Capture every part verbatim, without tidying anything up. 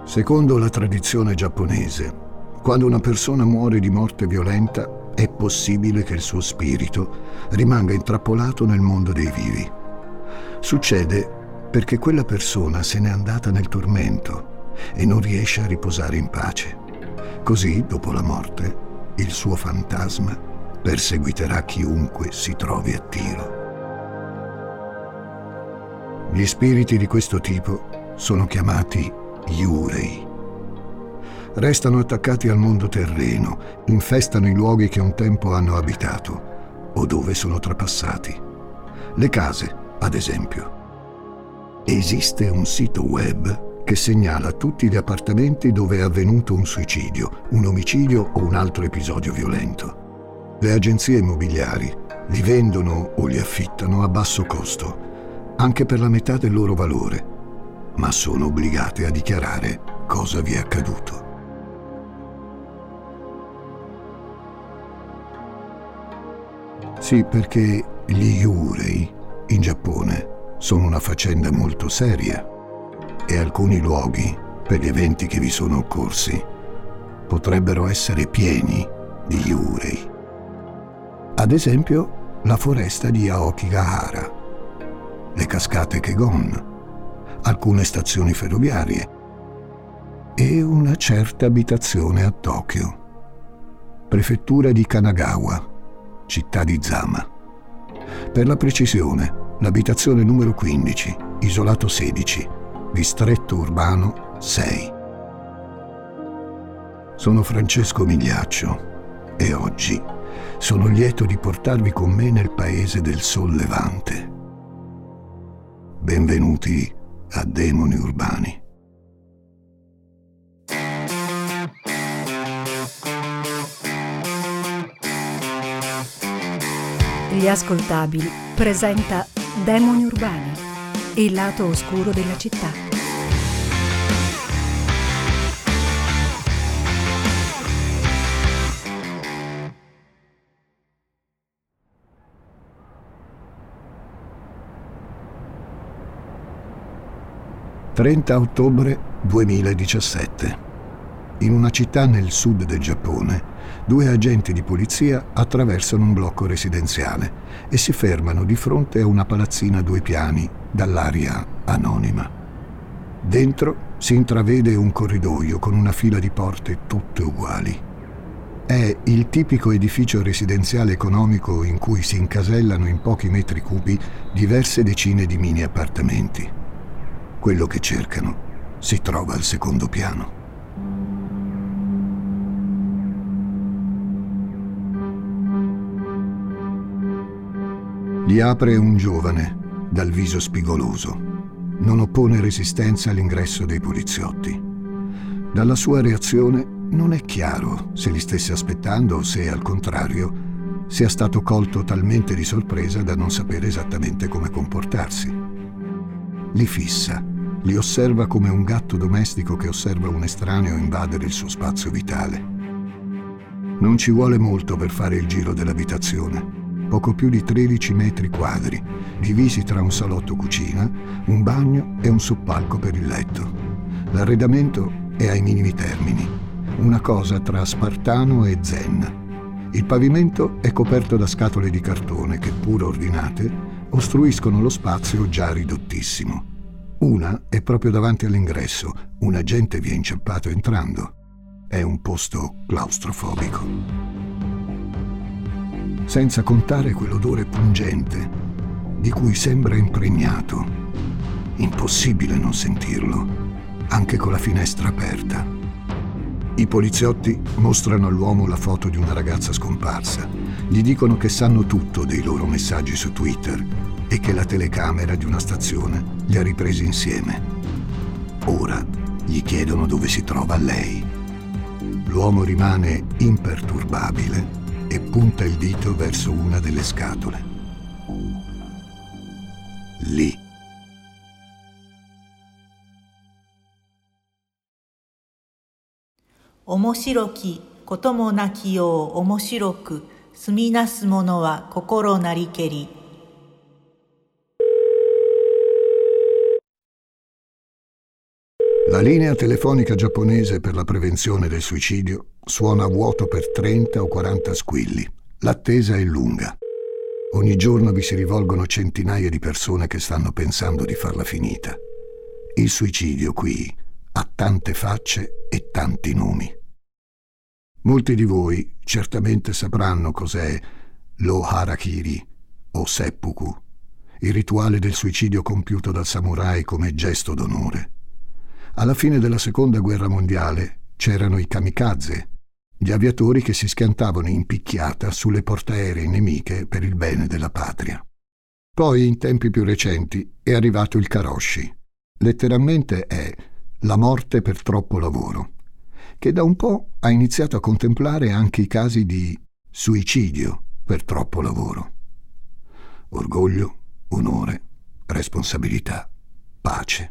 Secondo la tradizione giapponese, quando una persona muore di morte violenta, è possibile che il suo spirito rimanga intrappolato nel mondo dei vivi. Succede perché quella persona se n'è andata nel tormento e non riesce a riposare in pace. Così, dopo la morte, il suo fantasma perseguiterà chiunque si trovi a tiro. Gli spiriti di questo tipo sono chiamati Yurei. Restano attaccati al mondo terreno, infestano i luoghi che un tempo hanno abitato o dove sono trapassati. Le case, ad esempio. Esiste un sito web che segnala tutti gli appartamenti dove è avvenuto un suicidio, un omicidio o un altro episodio violento. Le agenzie immobiliari li vendono o li affittano a basso costo, anche per la metà del loro valore, ma sono obbligate a dichiarare cosa vi è accaduto. Sì, perché gli Yurei in Giappone sono una faccenda molto seria e alcuni luoghi, per gli eventi che vi sono occorsi, potrebbero essere pieni di Yurei. Ad esempio, la foresta di Aokigahara, le cascate Kegon, alcune stazioni ferroviarie e una certa abitazione a Tokyo, prefettura di Kanagawa, città di Zama. Per la precisione, l'abitazione numero quindici, isolato sedici, distretto urbano sei. Sono Francesco Migliaccio e oggi sono lieto di portarvi con me nel paese del Sol Levante. Benvenuti a Demoni Urbani. Gli Ascoltabili presenta Demoni Urbani, il lato oscuro della città. trenta ottobre duemiladiciassette. In una città nel sud del Giappone, due agenti di polizia attraversano un blocco residenziale e si fermano di fronte a una palazzina a due piani dall'aria anonima. Dentro si intravede un corridoio con una fila di porte tutte uguali. È il tipico edificio residenziale economico in cui si incasellano in pochi metri cubi diverse decine di mini appartamenti. Quello che cercano si trova al secondo piano. Li apre un giovane dal viso spigoloso. Non oppone resistenza all'ingresso dei poliziotti. Dalla sua reazione non è chiaro se li stesse aspettando o se, al contrario, sia stato colto talmente di sorpresa da non sapere esattamente come comportarsi. Li fissa, li osserva come un gatto domestico che osserva un estraneo invadere il suo spazio vitale. Non ci vuole molto per fare il giro dell'abitazione. Poco più di tredici metri quadri, divisi tra un salotto cucina, un bagno e un soppalco per il letto. L'arredamento è ai minimi termini, una cosa tra spartano e zen. Il pavimento è coperto da scatole di cartone che, pur ordinate, ostruiscono lo spazio già ridottissimo. Una è proprio davanti all'ingresso, un agente vi è inciampato entrando. È un posto claustrofobico. Senza contare quell'odore pungente di cui sembra impregnato. Impossibile non sentirlo, anche con la finestra aperta. I poliziotti mostrano all'uomo la foto di una ragazza scomparsa. Gli dicono che sanno tutto dei loro messaggi su Twitter e che la telecamera di una stazione li ha ripresi insieme. Ora gli chiedono dove si trova lei. L'uomo rimane imperturbabile e punta il dito verso una delle scatole. Lì. Omoshiroki, koto mo naki you omoshiroku, suminasu mono wa kokoro narikeri. La linea telefonica giapponese per la prevenzione del suicidio suona a vuoto per trenta o quaranta squilli. L'attesa è lunga. Ogni giorno vi si rivolgono centinaia di persone che stanno pensando di farla finita. Il suicidio qui ha tante facce e tanti nomi. Molti di voi certamente sapranno cos'è lo harakiri o seppuku, il rituale del suicidio compiuto dal samurai come gesto d'onore. Alla fine della Seconda Guerra Mondiale c'erano i kamikaze, gli aviatori che si schiantavano in picchiata sulle portaerei nemiche per il bene della patria. Poi, in tempi più recenti, è arrivato il karoshi. Letteralmente è la morte per troppo lavoro, che da un po' ha iniziato a contemplare anche i casi di suicidio per troppo lavoro. Orgoglio, onore, responsabilità, pace.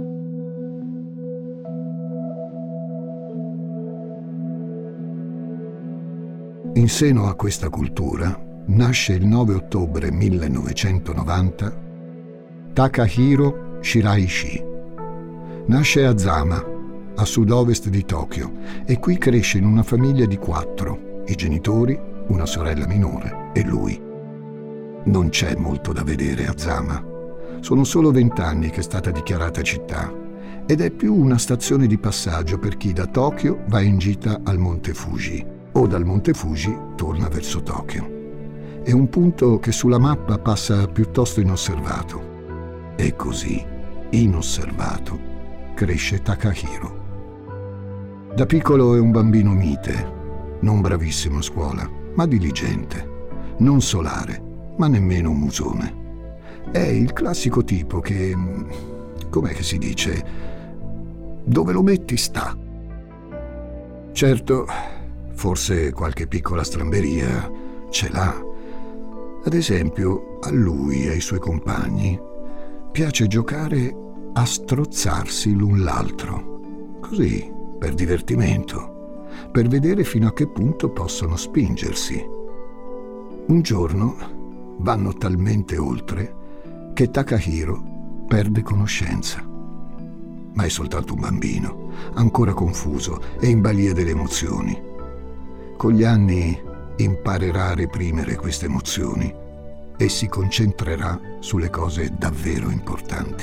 In seno a questa cultura nasce il nove ottobre millenovecentonovanta Takahiro Shiraishi. Nasce a Zama, a sud-ovest di Tokyo, e qui cresce in una famiglia di quattro, i genitori, una sorella minore e lui. Non c'è molto da vedere a Zama. Sono solo vent'anni che è stata dichiarata città ed è più una stazione di passaggio per chi da Tokyo va in gita al Monte Fuji o dal Monte Fuji torna verso Tokyo. È un punto che sulla mappa passa piuttosto inosservato. E così, inosservato, cresce Takahiro. Da piccolo è un bambino mite, non bravissimo a scuola, ma diligente, non solare, ma nemmeno un musone. È il classico tipo che, com'è che si dice, dove lo metti sta. Certo, forse qualche piccola stramberia ce l'ha. Ad esempio, a lui e ai suoi compagni piace giocare a strozzarsi l'un l'altro, così, per divertimento, per vedere fino a che punto possono spingersi. Un giorno vanno talmente oltre che Takahiro perde conoscenza. Ma è soltanto un bambino, ancora confuso e in balia delle emozioni. Con gli anni imparerà a reprimere queste emozioni e si concentrerà sulle cose davvero importanti.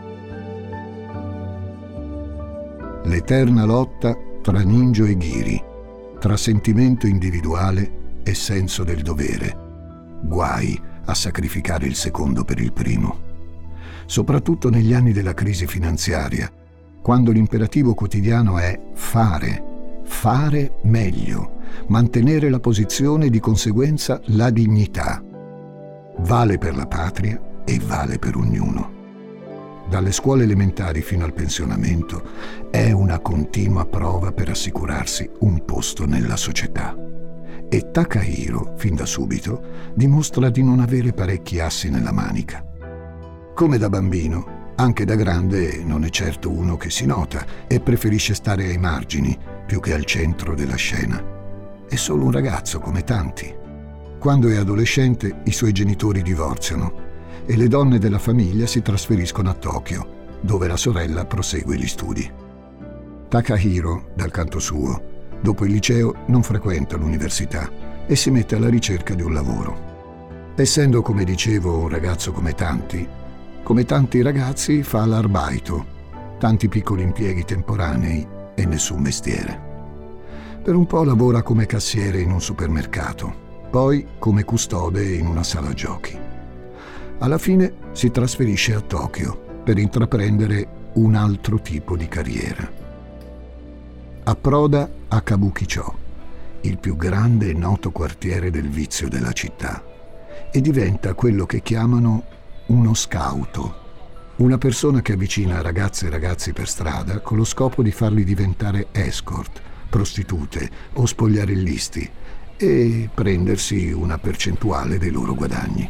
L'eterna lotta tra Ninjo e Giri, tra sentimento individuale e senso del dovere. Guai a sacrificare il secondo per il primo. Soprattutto negli anni della crisi finanziaria, quando l'imperativo quotidiano è fare, fare meglio, mantenere la posizione e di conseguenza la dignità. Vale per la patria e vale per ognuno. Dalle scuole elementari fino al pensionamento è una continua prova per assicurarsi un posto nella società. E Takahiro, fin da subito, dimostra di non avere parecchi assi nella manica. Come da bambino, anche da grande non è certo uno che si nota e preferisce stare ai margini più che al centro della scena. È solo un ragazzo come tanti. Quando è adolescente i suoi genitori divorziano e le donne della famiglia si trasferiscono a Tokyo, dove la sorella prosegue gli studi. Takahiro, dal canto suo, dopo il liceo non frequenta l'università e si mette alla ricerca di un lavoro. Essendo, come dicevo, un ragazzo come tanti, come tanti ragazzi fa l'arbaito, tanti piccoli impieghi temporanei e nessun mestiere. Per un po' lavora come cassiere in un supermercato, poi come custode in una sala giochi. Alla fine si trasferisce a Tokyo per intraprendere un altro tipo di carriera. Approda a Kabukicho, il più grande e noto quartiere del vizio della città, e diventa quello che chiamano uno scauto, una persona che avvicina ragazze e ragazzi per strada con lo scopo di farli diventare escort, prostitute o spogliarellisti e prendersi una percentuale dei loro guadagni.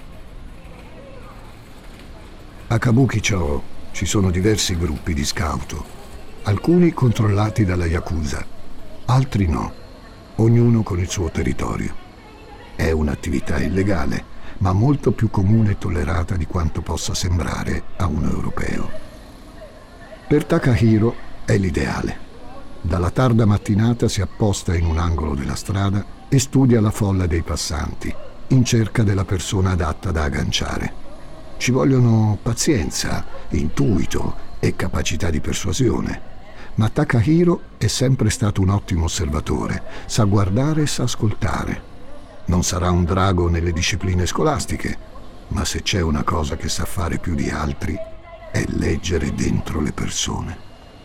A Kabukicho ci sono diversi gruppi di scauto, alcuni controllati dalla Yakuza, altri no, ognuno con il suo territorio. È un'attività illegale, ma molto più comune e tollerata di quanto possa sembrare a un europeo. Per Takahiro è l'ideale. Dalla tarda mattinata si apposta in un angolo della strada e studia la folla dei passanti, in cerca della persona adatta da agganciare. Ci vogliono pazienza, intuito e capacità di persuasione. Ma Takahiro è sempre stato un ottimo osservatore, sa guardare e sa ascoltare. Non sarà un drago nelle discipline scolastiche, ma se c'è una cosa che sa fare più di altri è leggere dentro le persone.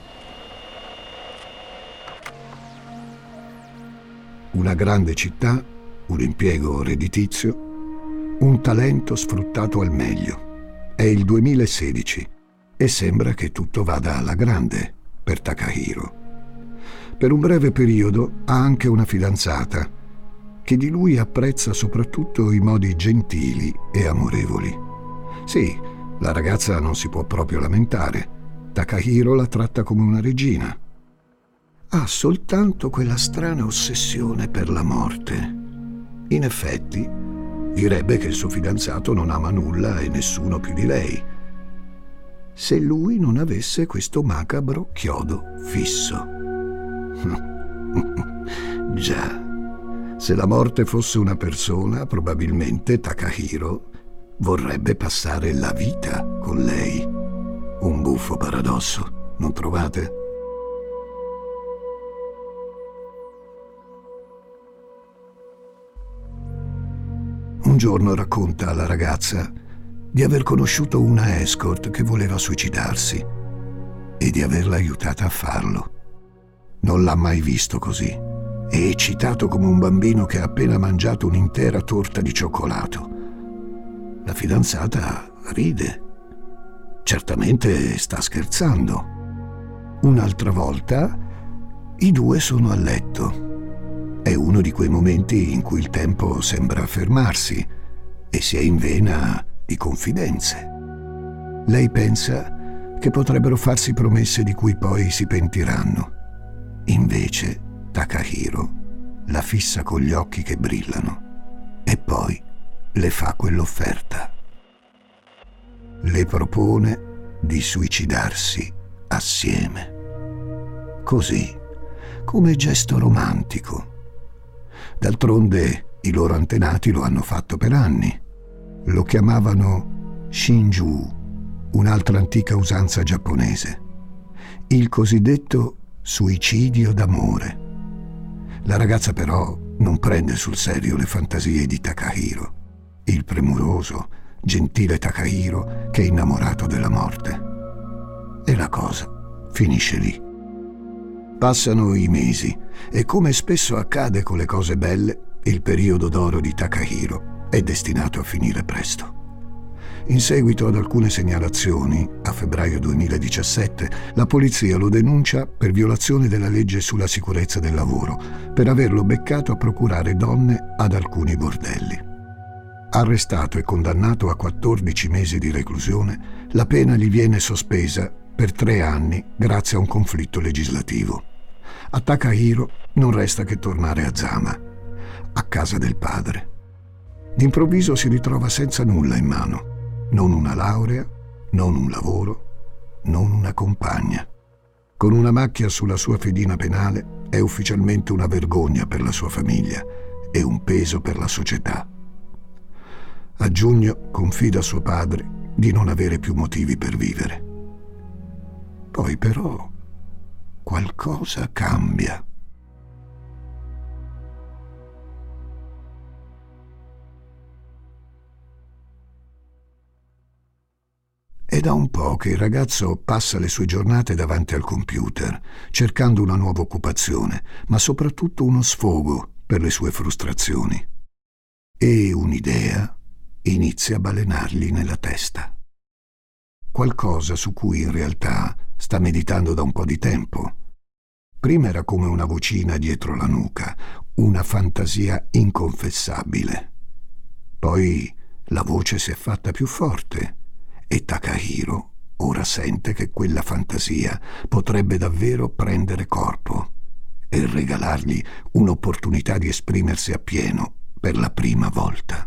Una grande città, un impiego redditizio, un talento sfruttato al meglio. È il duemilasedici e sembra che tutto vada alla grande per Takahiro. Per un breve periodo ha anche una fidanzata che di lui apprezza soprattutto i modi gentili e amorevoli. Sì, la ragazza non si può proprio lamentare. Takahiro la tratta come una regina. Ha soltanto quella strana ossessione per la morte. In effetti, direbbe che il suo fidanzato non ama nulla e nessuno più di lei. Se lui non avesse questo macabro chiodo fisso. Già, se la morte fosse una persona, probabilmente Takahiro vorrebbe passare la vita con lei. Un buffo paradosso, non trovate? Un giorno racconta alla ragazza di aver conosciuto una escort che voleva suicidarsi e di averla aiutata a farlo. Non l'ha mai visto così. È eccitato come un bambino che ha appena mangiato un'intera torta di cioccolato. La fidanzata ride. Certamente sta scherzando. Un'altra volta i due sono a letto. È uno di quei momenti in cui il tempo sembra fermarsi e si è in vena di confidenze. Lei pensa che potrebbero farsi promesse di cui poi si pentiranno. Invece Takahiro la fissa con gli occhi che brillano e poi le fa quell'offerta. Le propone di suicidarsi assieme. Così, come gesto romantico. D'altronde i loro antenati lo hanno fatto per anni. Lo chiamavano Shinju, un'altra antica usanza giapponese. Il cosiddetto suicidio d'amore. La ragazza però non prende sul serio le fantasie di Takahiro, il premuroso, gentile Takahiro che è innamorato della morte. E la cosa finisce lì. Passano i mesi e, come spesso accade con le cose belle, il periodo d'oro di Takahiro è destinato a finire presto. In seguito ad alcune segnalazioni, a febbraio duemiladiciassette, la polizia lo denuncia per violazione della legge sulla sicurezza del lavoro, per averlo beccato a procurare donne ad alcuni bordelli. Arrestato e condannato a quattordici mesi di reclusione, la pena gli viene sospesa per tre anni grazie a un conflitto legislativo. A Takahiro non resta che tornare a Zama, a casa del padre. D'improvviso si ritrova senza nulla in mano. Non una laurea, non un lavoro, non una compagna. Con una macchia sulla sua fedina penale è ufficialmente una vergogna per la sua famiglia e un peso per la società. A giugno confida a suo padre di non avere più motivi per vivere. Poi però qualcosa cambia. È da un po' che il ragazzo passa le sue giornate davanti al computer, cercando una nuova occupazione, ma soprattutto uno sfogo per le sue frustrazioni. E un'idea inizia a balenargli nella testa. Qualcosa su cui in realtà sta meditando da un po' di tempo. Prima era come una vocina dietro la nuca, una fantasia inconfessabile. Poi la voce si è fatta più forte e Takahiro ora sente che quella fantasia potrebbe davvero prendere corpo e regalargli un'opportunità di esprimersi appieno per la prima volta.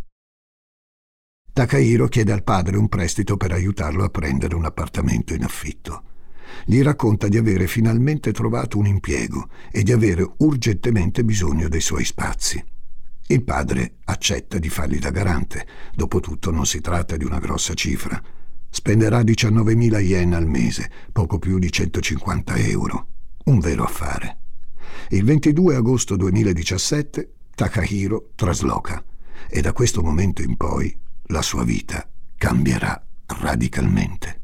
Takahiro chiede al padre un prestito per aiutarlo a prendere un appartamento in affitto. Gli racconta di avere finalmente trovato un impiego e di avere urgentemente bisogno dei suoi spazi. Il padre accetta di fargli da garante. Dopotutto non si tratta di una grossa cifra. Spenderà diciannovemila yen al mese, poco più di centocinquanta euro. Un vero affare. Il ventidue agosto duemiladiciassette Takahiro trasloca e da questo momento in poi la sua vita cambierà radicalmente.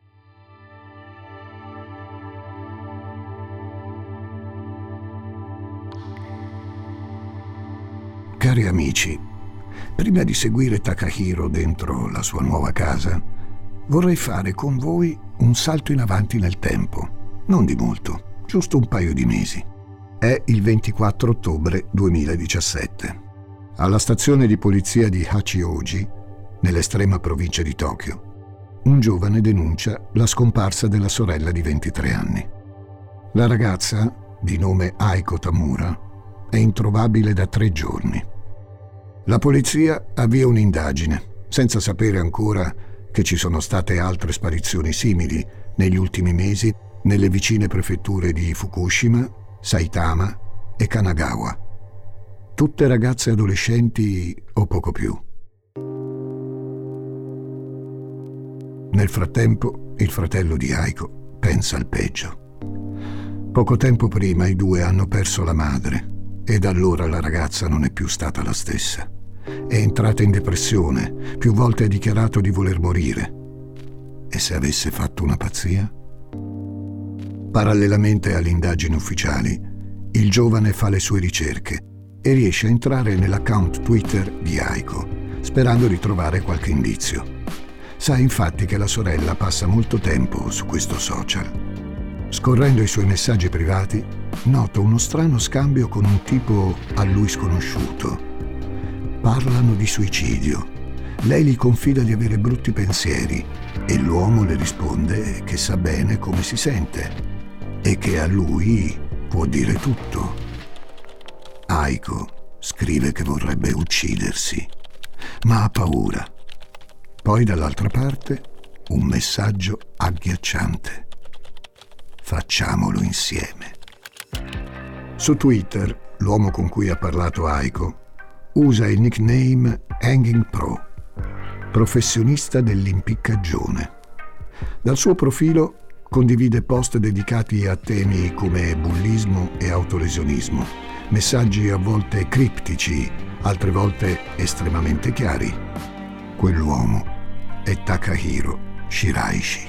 Cari amici, prima di seguire Takahiro dentro la sua nuova casa, vorrei fare con voi un salto in avanti nel tempo, non di molto, giusto un paio di mesi. È il ventiquattro ottobre duemiladiciassette. Alla stazione di polizia di Hachioji, nell'estrema provincia di Tokyo, un giovane denuncia la scomparsa della sorella di ventitré anni. La ragazza, di nome Aiko Tamura, è introvabile da tre giorni. La polizia avvia un'indagine, senza sapere ancora che ci sono state altre sparizioni simili negli ultimi mesi nelle vicine prefetture di Fukushima, Saitama e Kanagawa. Tutte ragazze adolescenti o poco più. Nel frattempo, il fratello di Aiko pensa al peggio. Poco tempo prima i due hanno perso la madre e da allora la ragazza non è più stata la stessa. È entrata in depressione, più volte ha dichiarato di voler morire. E se avesse fatto una pazzia? Parallelamente alle indagini ufficiali, il giovane fa le sue ricerche e riesce a entrare nell'account Twitter di Aiko, sperando di trovare qualche indizio. Sa infatti che la sorella passa molto tempo su questo social. Scorrendo i suoi messaggi privati, nota uno strano scambio con un tipo a lui sconosciuto. Parlano di suicidio. Lei gli confida di avere brutti pensieri e l'uomo le risponde che sa bene come si sente e che a lui può dire tutto. Aiko scrive che vorrebbe uccidersi, ma ha paura. Poi dall'altra parte un messaggio agghiacciante. Facciamolo insieme. Su Twitter, l'uomo con cui ha parlato Aiko usa il nickname Hanging Pro, professionista dell'impiccagione. Dal suo profilo condivide post dedicati a temi come bullismo e autolesionismo, messaggi a volte criptici, altre volte estremamente chiari. Quell'uomo è Takahiro Shiraishi.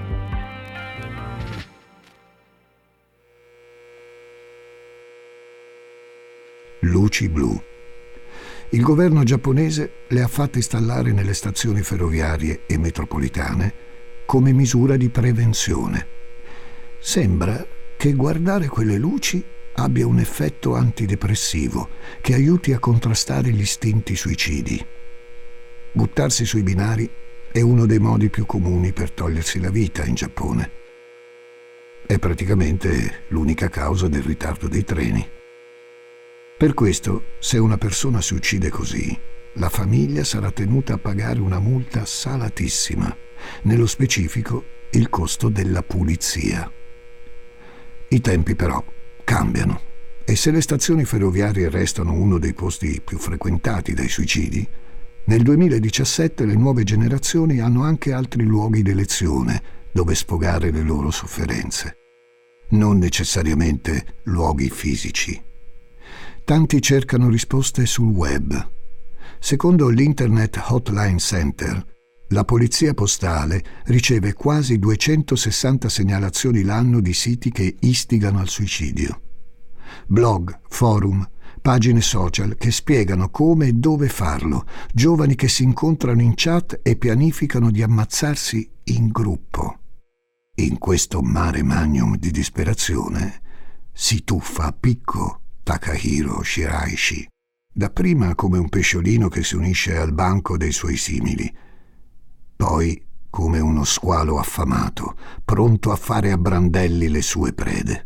Luci blu. Il governo giapponese le ha fatte installare nelle stazioni ferroviarie e metropolitane come misura di prevenzione. Sembra che guardare quelle luci abbia un effetto antidepressivo che aiuti a contrastare gli istinti suicidi. Buttarsi sui binari è uno dei modi più comuni per togliersi la vita in Giappone. È praticamente l'unica causa del ritardo dei treni. Per questo, se una persona si uccide così, la famiglia sarà tenuta a pagare una multa salatissima, nello specifico il costo della pulizia. I tempi però cambiano e se le stazioni ferroviarie restano uno dei posti più frequentati dai suicidi, nel duemiladiciassette le nuove generazioni hanno anche altri luoghi d'elezione dove sfogare le loro sofferenze, non necessariamente luoghi fisici. Tanti cercano risposte sul web. Secondo l'Internet Hotline Center, la polizia postale riceve quasi duecentosessanta segnalazioni l'anno di siti che istigano al suicidio. Blog, forum, pagine social che spiegano come e dove farlo, giovani che si incontrano in chat e pianificano di ammazzarsi in gruppo. In questo mare magnum di disperazione si tuffa a picco Takahiro Shiraishi, dapprima come un pesciolino che si unisce al banco dei suoi simili, poi come uno squalo affamato, pronto a fare a brandelli le sue prede.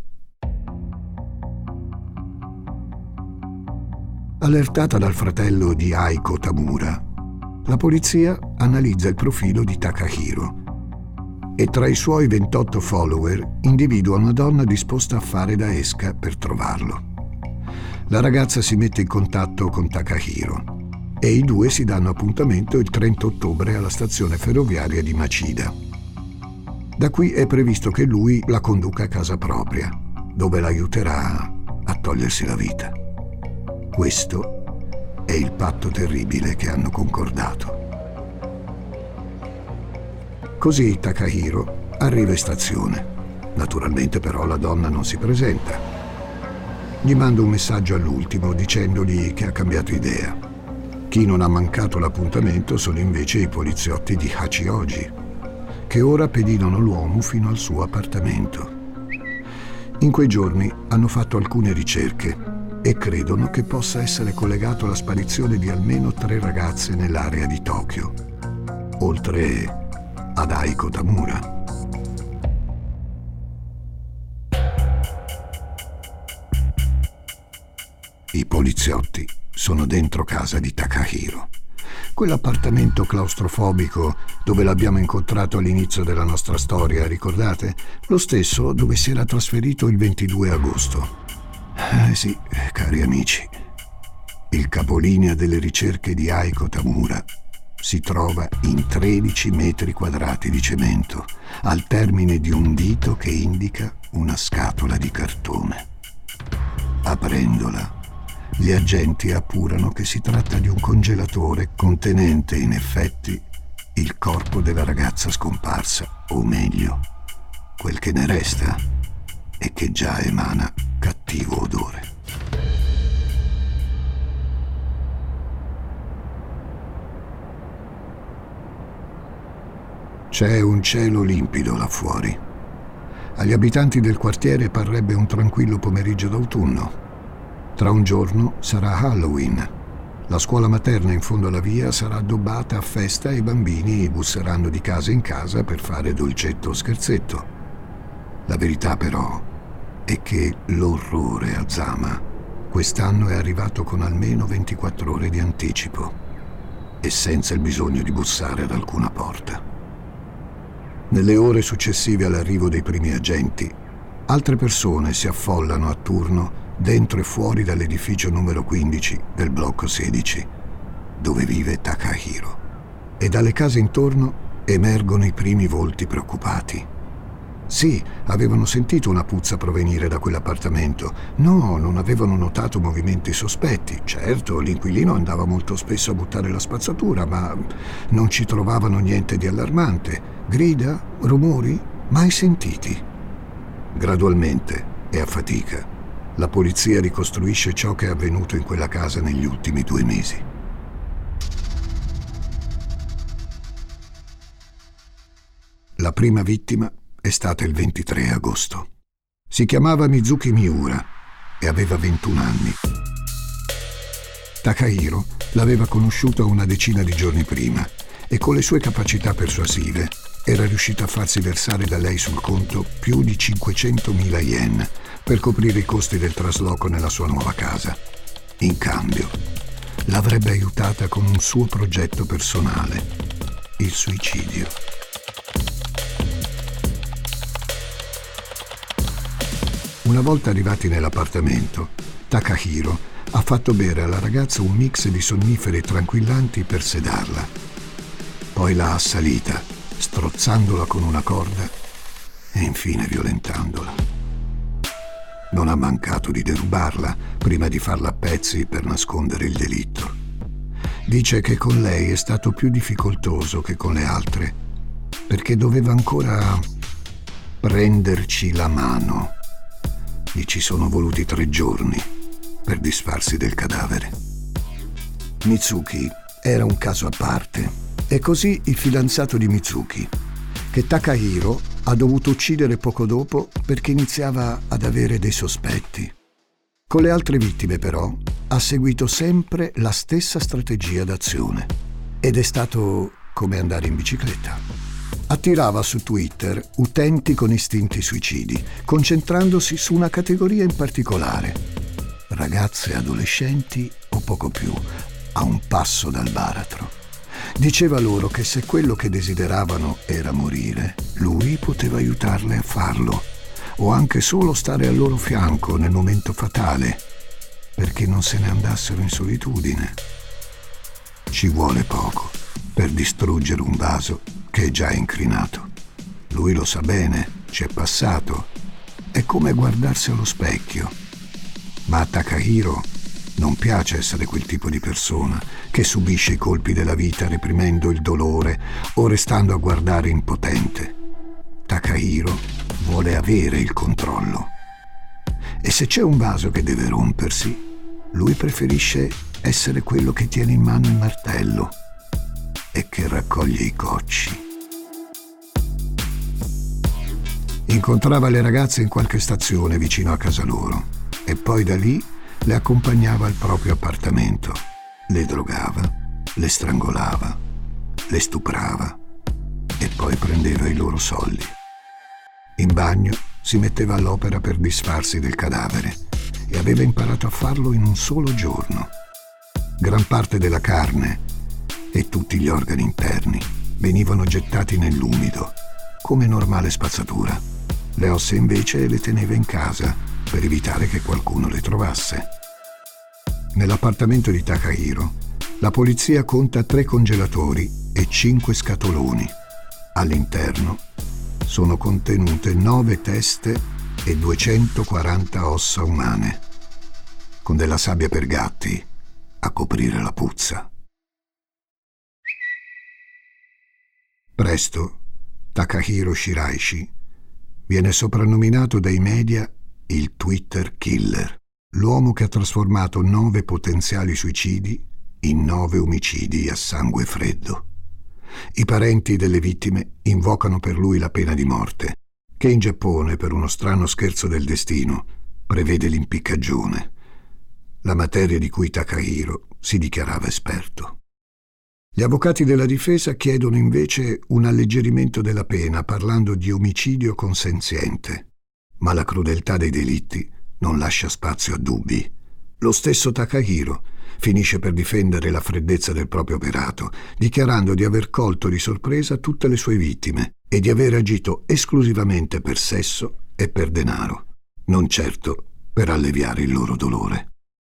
Allertata dal fratello di Aiko Tamura, la polizia analizza il profilo di Takahiro. e tra i suoi ventotto follower individua una donna disposta a fare da esca per trovarlo. La ragazza si mette in contatto con Takahiro e i due si danno appuntamento il trenta ottobre alla stazione ferroviaria di Machida. Da qui è previsto che lui la conduca a casa propria, dove l'aiuterà a togliersi la vita. Questo è il patto terribile che hanno concordato. Così Takahiro arriva in stazione. Naturalmente però la donna non si presenta. Gli manda un messaggio all'ultimo dicendogli che ha cambiato idea. Chi non ha mancato l'appuntamento sono invece i poliziotti di Hachioji, che ora pedinano l'uomo fino al suo appartamento. In quei giorni hanno fatto alcune ricerche e credono che possa essere collegato alla sparizione di almeno tre ragazze nell'area di Tokyo, oltre ad Aiko Tamura. I poliziotti sono dentro casa di Takahiro. Quell'appartamento claustrofobico dove l'abbiamo incontrato all'inizio della nostra storia, ricordate? Lo stesso dove si era trasferito il ventidue agosto. Eh sì, cari amici, il capolinea delle ricerche di Aiko Tamura si trova in tredici metri quadrati di cemento, al termine di un dito che indica una scatola di cartone. Aprendola, gli agenti appurano che si tratta di un congelatore contenente in effetti il corpo della ragazza scomparsa, o meglio, quel che ne resta e che già emana cattivo odore. C'è un cielo limpido là fuori. Agli abitanti del quartiere parrebbe un tranquillo pomeriggio d'autunno. Tra un giorno sarà Halloween. La scuola materna in fondo alla via sarà addobbata a festa e i bambini busseranno di casa in casa per fare dolcetto o scherzetto. La verità però è che l'orrore a Zama quest'anno è arrivato con almeno ventiquattro ore di anticipo e senza il bisogno di bussare ad alcuna porta. Nelle ore successive all'arrivo dei primi agenti, altre persone si affollano a turno dentro e fuori dall'edificio numero quindici del blocco sedici, dove vive Takahiro. E dalle case intorno emergono i primi volti preoccupati. Sì, avevano sentito una puzza provenire da quell'appartamento. No, non avevano notato movimenti sospetti. Certo, l'inquilino andava molto spesso a buttare la spazzatura, ma non ci trovavano niente di allarmante. Grida, rumori, mai sentiti. Gradualmente e a fatica, la polizia ricostruisce ciò che è avvenuto in quella casa negli ultimi due mesi. La prima vittima è stata il ventitré agosto. Si chiamava Mizuki Miura e aveva ventuno anni. Takahiro l'aveva conosciuta una decina di giorni prima e con le sue capacità persuasive era riuscito a farsi versare da lei sul conto più di cinquecentomila yen per coprire i costi del trasloco nella sua nuova casa. In cambio, l'avrebbe aiutata con un suo progetto personale, il suicidio. Una volta arrivati nell'appartamento, Takahiro ha fatto bere alla ragazza un mix di sonniferi tranquillanti per sedarla. Poi l'ha assalita, strozzandola con una corda e infine violentandola. Non ha mancato di derubarla prima di farla a pezzi per nascondere il delitto. Dice che con lei è stato più difficoltoso che con le altre, perché doveva ancora prenderci la mano. Gli ci sono voluti tre giorni per disfarsi del cadavere. Mitsuki era un caso a parte. È così il fidanzato di Mitsuki, che Takahiro ha dovuto uccidere poco dopo perché iniziava ad avere dei sospetti. Con le altre vittime, però, ha seguito sempre la stessa strategia d'azione. Ed è stato come andare in bicicletta. Attirava su Twitter utenti con istinti suicidi, concentrandosi su una categoria in particolare: ragazze adolescenti o poco più, a un passo dal baratro. Diceva loro che se quello che desideravano era morire, lui poteva aiutarle a farlo, o anche solo stare al loro fianco nel momento fatale, perché non se ne andassero in solitudine. Ci vuole poco per distruggere un vaso che è già incrinato. Lui lo sa bene, ci è passato. È come guardarsi allo specchio. Ma a Takahiro non piace essere quel tipo di persona che subisce i colpi della vita reprimendo il dolore o restando a guardare impotente. Takahiro vuole avere il controllo. E se c'è un vaso che deve rompersi, lui preferisce essere quello che tiene in mano il martello e che raccoglie i cocci. Incontrava le ragazze in qualche stazione vicino a casa loro e poi da lì le accompagnava al proprio appartamento, le drogava, le strangolava, le stuprava e poi prendeva i loro soldi. In bagno si metteva all'opera per disfarsi del cadavere e aveva imparato a farlo in un solo giorno. Gran parte della carne e tutti gli organi interni venivano gettati nell'umido, come normale spazzatura. Le ossa invece le teneva in casa per evitare che qualcuno le trovasse. Nell'appartamento di Takahiro, la polizia conta tre congelatori e cinque scatoloni. All'interno sono contenute nove teste e duecentoquaranta ossa umane, con della sabbia per gatti a coprire la puzza. Presto, Takahiro Shiraishi viene soprannominato dai media il Twitter Killer, l'uomo che ha trasformato nove potenziali suicidi in nove omicidi a sangue freddo. I parenti delle vittime invocano per lui la pena di morte, che in Giappone, per uno strano scherzo del destino, prevede l'impiccagione, la materia di cui Takahiro si dichiarava esperto. Gli avvocati della difesa chiedono invece un alleggerimento della pena parlando di omicidio consenziente, ma la crudeltà dei delitti non lascia spazio a dubbi. Lo stesso Takahiro finisce per difendere la freddezza del proprio operato, dichiarando di aver colto di sorpresa tutte le sue vittime e di aver agito esclusivamente per sesso e per denaro, non certo per alleviare il loro dolore.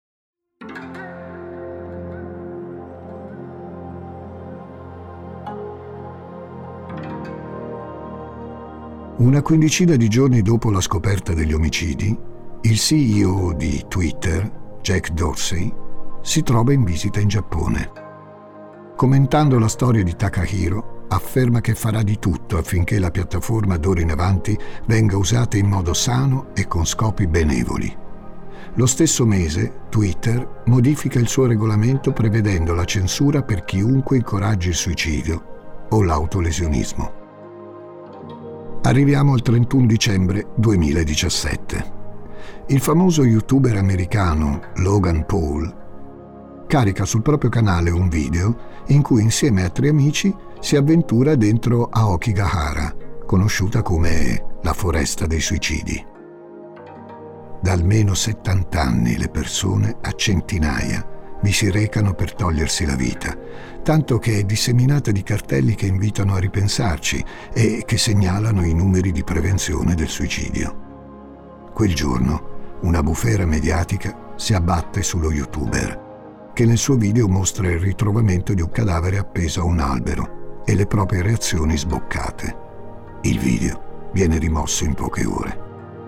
Una quindicina di giorni dopo la scoperta degli omicidi, il C E O di Twitter, Jack Dorsey, si trova in visita in Giappone. Commentando la storia di Takahiro, afferma che farà di tutto affinché la piattaforma d'ora in avanti venga usata in modo sano e con scopi benevoli. Lo stesso mese, Twitter modifica il suo regolamento prevedendo la censura per chiunque incoraggi il suicidio o l'autolesionismo. Arriviamo al trentuno dicembre duemiladiciassette. Il famoso youtuber americano Logan Paul carica sul proprio canale un video in cui insieme a tre amici si avventura dentro Aokigahara, conosciuta come la foresta dei suicidi. Da almeno settanta anni le persone a centinaia vi si recano per togliersi la vita, tanto che è disseminata di cartelli che invitano a ripensarci e che segnalano i numeri di prevenzione del suicidio. Quel giorno una bufera mediatica si abbatte sullo youtuber, che nel suo video mostra il ritrovamento di un cadavere appeso a un albero e le proprie reazioni sboccate. Il video viene rimosso in poche ore.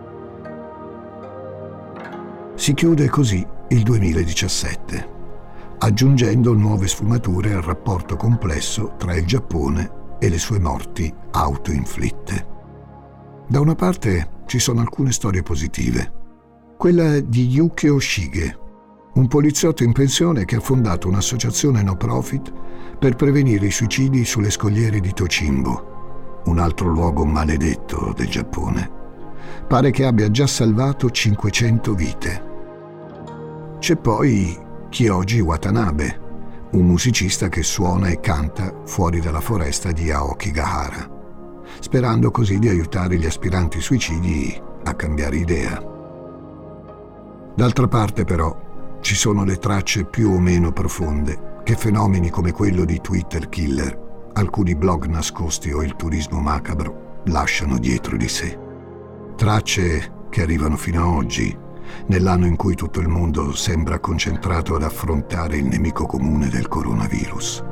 Si chiude così il duemiladiciassette, aggiungendo nuove sfumature al rapporto complesso tra il Giappone e le sue morti autoinflitte. Da una parte ci sono alcune storie positive. Quella di Yukio Shige, un poliziotto in pensione che ha fondato un'associazione no profit per prevenire i suicidi sulle scogliere di Tochimbo, un altro luogo maledetto del Giappone. Pare che abbia già salvato cinquecento vite. C'è poi Kyoji Watanabe, un musicista che suona e canta fuori dalla foresta di Aokigahara, sperando così di aiutare gli aspiranti suicidi a cambiare idea. D'altra parte, però, ci sono le tracce più o meno profonde che fenomeni come quello di Twitter Killer, alcuni blog nascosti o il turismo macabro lasciano dietro di sé. Tracce che arrivano fino a oggi, nell'anno in cui tutto il mondo sembra concentrato ad affrontare il nemico comune del coronavirus.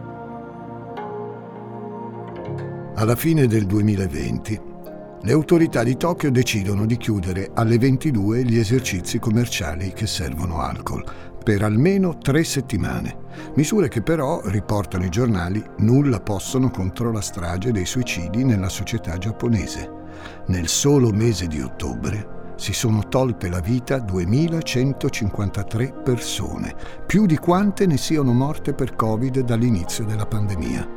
Alla fine del duemilaventi, le autorità di Tokyo decidono di chiudere alle ventidue gli esercizi commerciali che servono alcol per almeno tre settimane, misure che però, riportano i giornali, nulla possono contro la strage dei suicidi nella società giapponese. Nel solo mese di ottobre si sono tolte la vita duemilacentocinquantatré persone, più di quante ne siano morte per Covid dall'inizio della pandemia.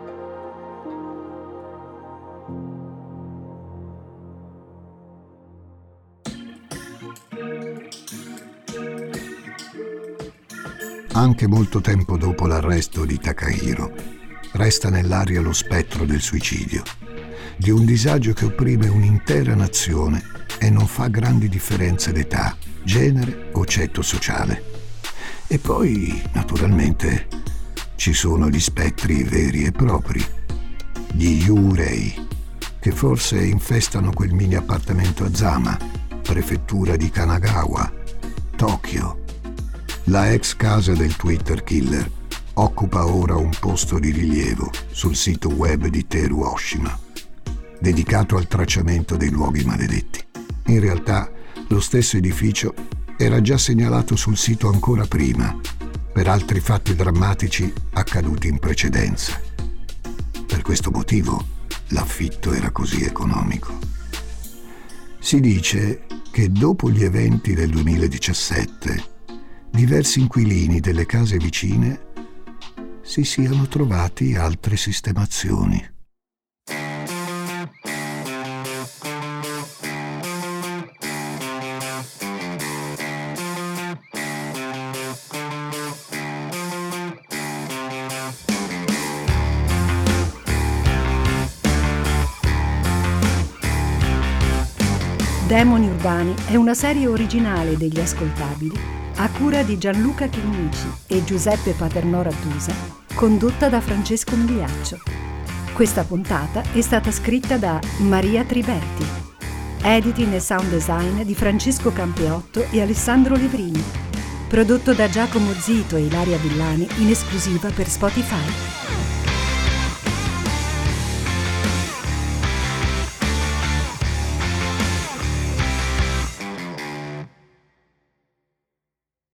Anche molto tempo dopo l'arresto di Takahiro, resta nell'aria lo spettro del suicidio, di un disagio che opprime un'intera nazione e non fa grandi differenze d'età, genere o ceto sociale. E poi, naturalmente, ci sono gli spettri veri e propri, gli Yurei, che forse infestano quel mini appartamento a Zama, prefettura di Kanagawa, Tokyo. La ex casa del Twitter Killer occupa ora un posto di rilievo sul sito web di Teru Oshima, dedicato al tracciamento dei luoghi maledetti. In realtà, lo stesso edificio era già segnalato sul sito ancora prima, per altri fatti drammatici accaduti in precedenza. Per questo motivo, l'affitto era così economico. Si dice che dopo gli eventi del duemiladiciassette, diversi inquilini delle case vicine si siano trovati altre sistemazioni. Demoni Urbani è una serie originale degli Ascoltabili a cura di Gianluca Chinnici e Giuseppe Paternò Rattusa, condotta da Francesco Migliaccio. Questa puntata è stata scritta da Maria Triberti. Editing e sound design di Francesco Campeotto e Alessandro Levrini. Prodotto da Giacomo Zito e Ilaria Villani in esclusiva per Spotify.